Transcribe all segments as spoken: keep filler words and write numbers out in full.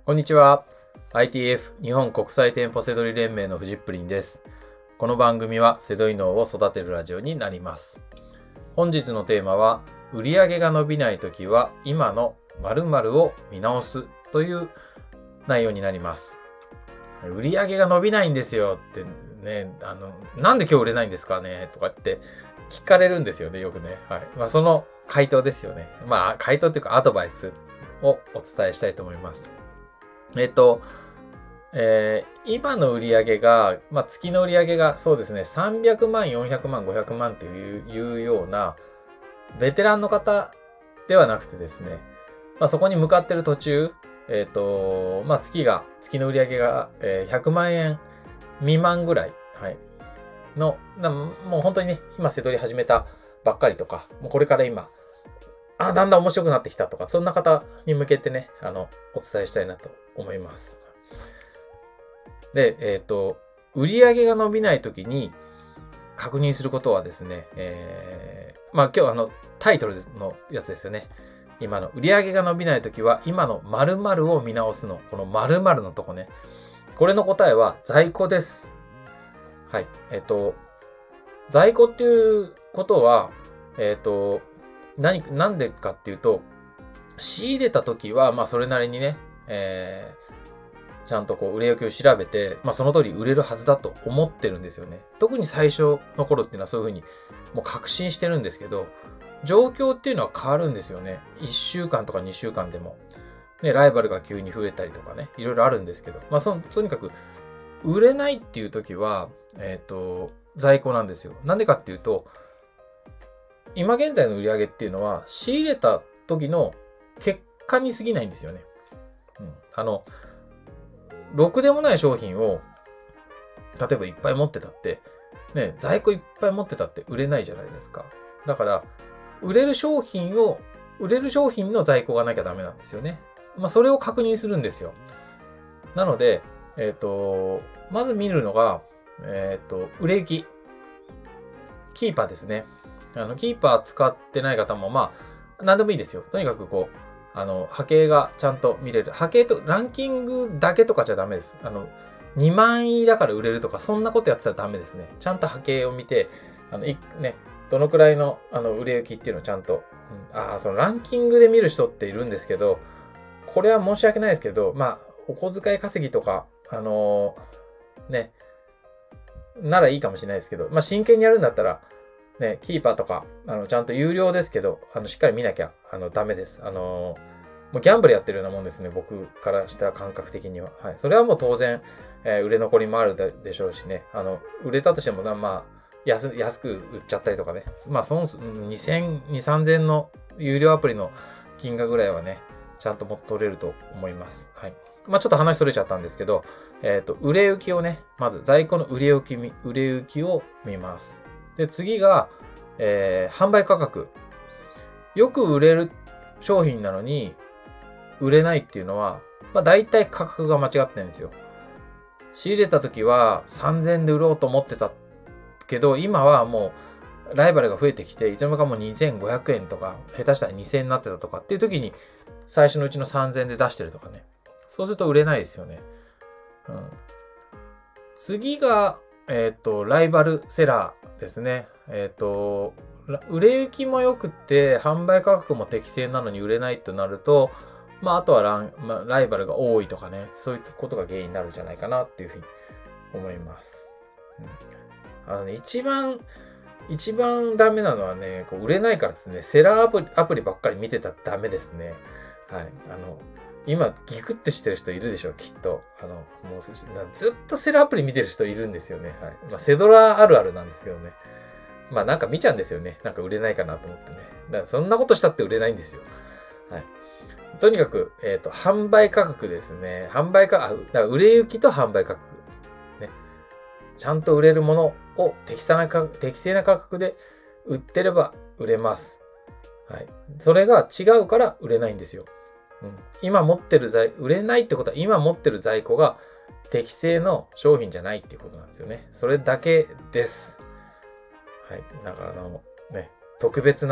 こんにちは。アイティーエフ 日本国際店舗セドリ連盟のフジップリンです。この番組はセドリ脳を育てるラジオになります。本日のテーマは、売上が伸びないときは今の〇〇を見直すという内容になります。売上が伸びないんですよってね、あの、なんで今日売れないんですかねとかって聞かれるんですよね、よくね。はい。まあその回答ですよね。まあ回答というかアドバイスをお伝えしたいと思います。えっと、えー、今の売上が、まあ、月の売上がそうですね、さんびゃくまん、よんひゃくまん、ごひゃくまんという、いうような、ベテランの方ではなくてですね、まあ、そこに向かってる途中、えっと、まあ、月が、月の売上が、えー、ひゃくまんえん未満ぐらい、はい、の、なもう本当にね、今、せどり始めたばっかりとか、もうこれから今、あ、だんだん面白くなってきたとか、そんな方に向けてね、あの、お伝えしたいなと思います。で、えっと、売上が伸びないときに確認することはですね、えー、まあ今日あの、タイトルのやつですよね。今の売上が伸びないときは、今の〇〇を見直すの。この〇〇のとこね。これの答えは在庫です。はい。えっと、在庫っていうことは、えっと、何、なんでかっていうと、仕入れた時は、まあそれなりにね、えー、ちゃんとこう売れ行きを調べて、まあその通り売れるはずだと思ってるんですよね。特に最初の頃っていうのはそういうふうにもう確信してるんですけど、状況っていうのは変わるんですよね。いっしゅうかんとかにしゅうかんでも。ね、ライバルが急に増えたりとかね、いろいろあるんですけど、まあその、とにかく売れないっていう時は、えっと、在庫なんですよ。なんでかっていうと、今現在の売り上げっていうのは仕入れた時の結果に過ぎないんですよね。うん。あの、ろくでもない商品を、例えばいっぱい持ってたって、ね、在庫いっぱい持ってたって売れないじゃないですか。だから、売れる商品を、売れる商品の在庫がなきゃダメなんですよね。まあ、それを確認するんですよ。なので、えっと、まず見るのが、えっと、売れ行き。キーパーですね。あの、キーパー使ってない方も、まあ、何でもいいですよ。とにかくこう、あの、波形がちゃんと見れる。波形と、ランキングだけとかじゃダメです。あの、にまんいだから売れるとか、そんなことやってたらダメですね。ちゃんと波形を見て、あの、い、ね、どのくらいの、あの、売れ行きっていうのをちゃんと、うん、ああ、そのランキングで見る人っているんですけど、これは申し訳ないですけど、まあ、お小遣い稼ぎとか、あのー、ね、ならいいかもしれないですけど、まあ、真剣にやるんだったら、ね、キーパーとか、あの、ちゃんと有料ですけど、あの、しっかり見なきゃ、あの、ダメです。あの、もうギャンブルやってるようなもんですね、僕からしたら感覚的には。はい。それはもう当然、えー売れ残りもあるででしょうしね。あの、売れたとしてもな、まあ、安、安く売っちゃったりとかね。まあ、その、にせん、にせん、さんぜんの有料アプリの金額ぐらいはね、ちゃんとも取れると思います。はい。まあ、ちょっと話それちゃったんですけど、えっと、売れ行きをね、まず在庫の売れ行き、売れ行きを見ます。で、次が、えー、販売価格。よく売れる商品なのに、売れないっていうのは、まあ大体価格が間違ってるんですよ。仕入れた時はさんぜんえんで売ろうと思ってたけど、今はもう、ライバルが増えてきて、いつの間にかもうにせんごひゃくえんとか、下手したらにせんえんになってたとかっていう時に、最初のうちのさんぜんえんで出してるとかね。そうすると売れないですよね。うん。次が、えっと、ライバルセラーですね。えっと、売れ行きも良くて、販売価格も適正なのに売れないとなると、まあ、あとはラン、まあ、ライバルが多いとかね、そういったことが原因になるんじゃないかなっていうふうに思います。うん、あのね、一番、一番ダメなのはね、こう売れないからですね、セラーアプリ、アプリばっかり見てたらダメですね。はい。あの、今、ギクってしてる人いるでしょ、きっと。あの、もう、ずっとセラーアプリ見てる人いるんですよね。はい。まあ、セドラあるあるなんですけどね。まあ、なんか見ちゃうんですよね。なんか売れないかなと思ってね。だから、そんなことしたって売れないんですよ。はい。とにかく、えっと、販売価格ですね。販売価格、だから売れ行きと販売価格。ね。ちゃんと売れるものを適正な価格、適正な価格で売ってれば売れます。はい。それが違うから売れないんですよ。うん、今持ってる在、売れないってことは今持ってる在庫が適正の商品じゃないっていうことなんですよね。それだけです。はい。なんかあの、ね、特別な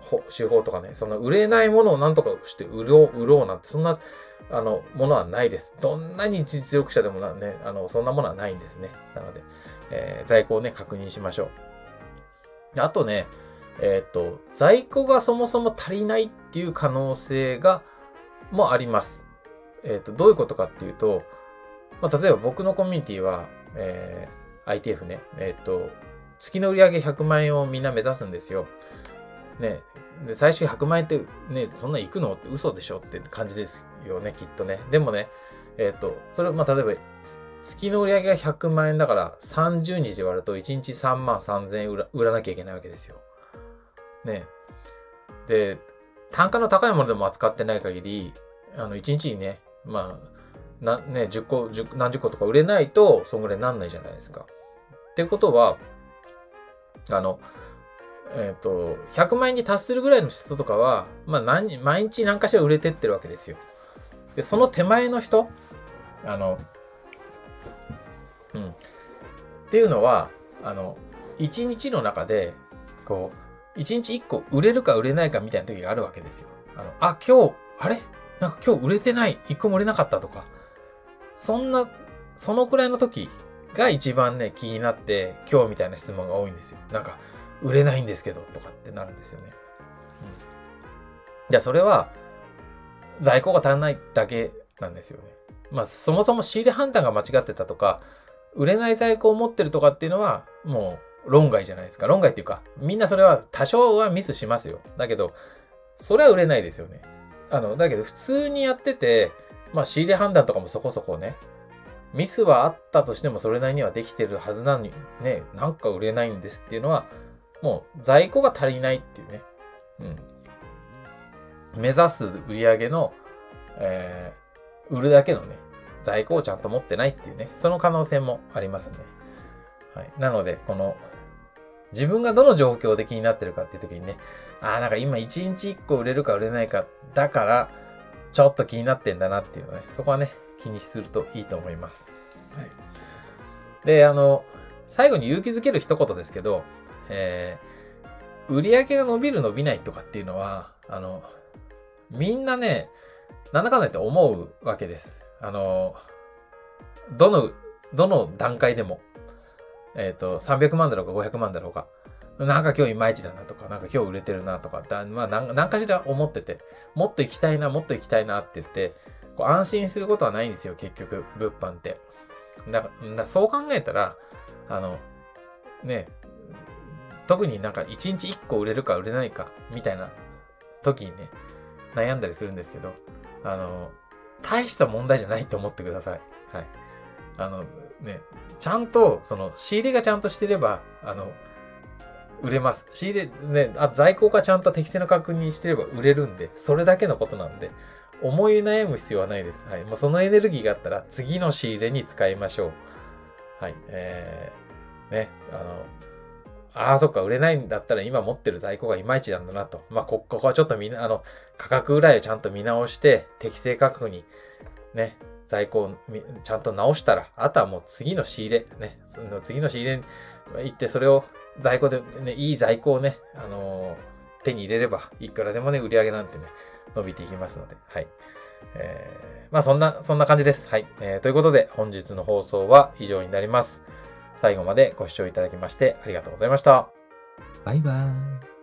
手法とかね、その売れないものをなんとかして売ろう、売ろうなんて、そんな、あの、ものはないです。どんなに実力者でもなね、あの、そんなものはないんですね。なので、えー、在庫をね、確認しましょう。あとね、えっと、在庫がそもそも足りないっていう可能性が、もあります。えっと、どういうことかっていうと、まあ、例えば僕のコミュニティは、えー、アイティーエフ ね、えっと、月の売上ひゃくまん円をみんな目指すんですよ。ね。で、最初ひゃくまん円ってね、そんな行くのって嘘でしょって感じですよね、きっとね。でもね、えっと、それ、まあ、例えば、月の売上がひゃくまん円だからさんじゅうにちで割るといちにちさんまんさんぜんえん売ら、売らなきゃいけないわけですよ。ね。で、単価の高いものでも扱ってない限り、あの、いちにちにね、まあ、な、ね、じゅっこ、じゅう何十個とか売れないと、そんぐらいなんないじゃないですか。っていうことは、あの、えっと、ひゃくまん円に達するぐらいの人とかは、まあ何、毎日何かしら売れてってるわけですよ。で、その手前の人、あの、うん。っていうのは、あの、いちにちの中で、こう、いちにちいっこ売れるか売れないかみたいな時があるわけですよ。あの、あ、今日、あれなんか今日売れてない、いっこも売れなかったとか、そんな、そのくらいの時が一番ね、気になって、今日みたいな質問が多いんですよ。なんか、売れないんですけど、とかってなるんですよね。うん。じゃあ、それは、在庫が足らないだけなんですよね。まあ、そもそも仕入れ判断が間違ってたとか、売れない在庫を持ってるとかっていうのは、もう、論外じゃないですか。論外っていうか、みんなそれは多少はミスしますよ。だけど、それは売れないですよね。あの、だけど普通にやってて、まあ仕入れ判断とかもそこそこね、ミスはあったとしてもそれなりにはできてるはずなのに、ね、なんか売れないんですっていうのは、もう在庫が足りないっていうね。うん。目指す売り上げの、えー、売るだけのね、在庫をちゃんと持ってないっていうね、その可能性もありますね。はい。なので、この、自分がどの状況で気になってるかっていう時にね、ああ、なんか今いちにちいっこ売れるか売れないか、だから、ちょっと気になってんだなっていうのね、そこはね、気にするといいと思います。はい。で、あの、最後に勇気づける一言ですけど、えー、売上が伸びる伸びないとかっていうのは、あの、みんなね、なんだかんだ言って思うわけです。あの、どの、どの段階でも、えっと、さんびゃくまんだろうかごひゃくまんだろうか、なんか今日いまいちだなとか、なんか今日売れてるなとか、だまあ何、何かしら思ってて、もっと行きたいな、もっと行きたいなって言って、こう安心することはないんですよ、結局、物販って。だから、だそう考えたら、あの、ね、特になんかいちにちいっこ売れるか売れないか、みたいな時にね、悩んだりするんですけど、あの、大した問題じゃないと思ってください。はい。あの、ね、ちゃんと、その、仕入れがちゃんとしてれば、あの、売れます。仕入れ、ね、あ、在庫がちゃんと適正な確認してれば売れるんで、それだけのことなんで、思い悩む必要はないです。はい。もうそのエネルギーがあったら、次の仕入れに使いましょう。はい。えー、ね、あの、ああ、そっか、売れないんだったら今持ってる在庫がいまいちなんだなと。まあ、こ、ここはちょっとみんな、あの、価格ぐらいをちゃんと見直して、適正価格に、ね、在庫をちゃんと直したら、あとはもう次の仕入れ、ね、その次の仕入れに行って、それを在庫で、ね、いい在庫をね、あのー、手に入れれば、いくらでもね、売り上げなんてね、伸びていきますので、はい。えー、まあ、そんな、そんな感じです。はい。えー、ということで、本日の放送は以上になります。最後までご視聴いただきましてありがとうございました。 バイバーイ。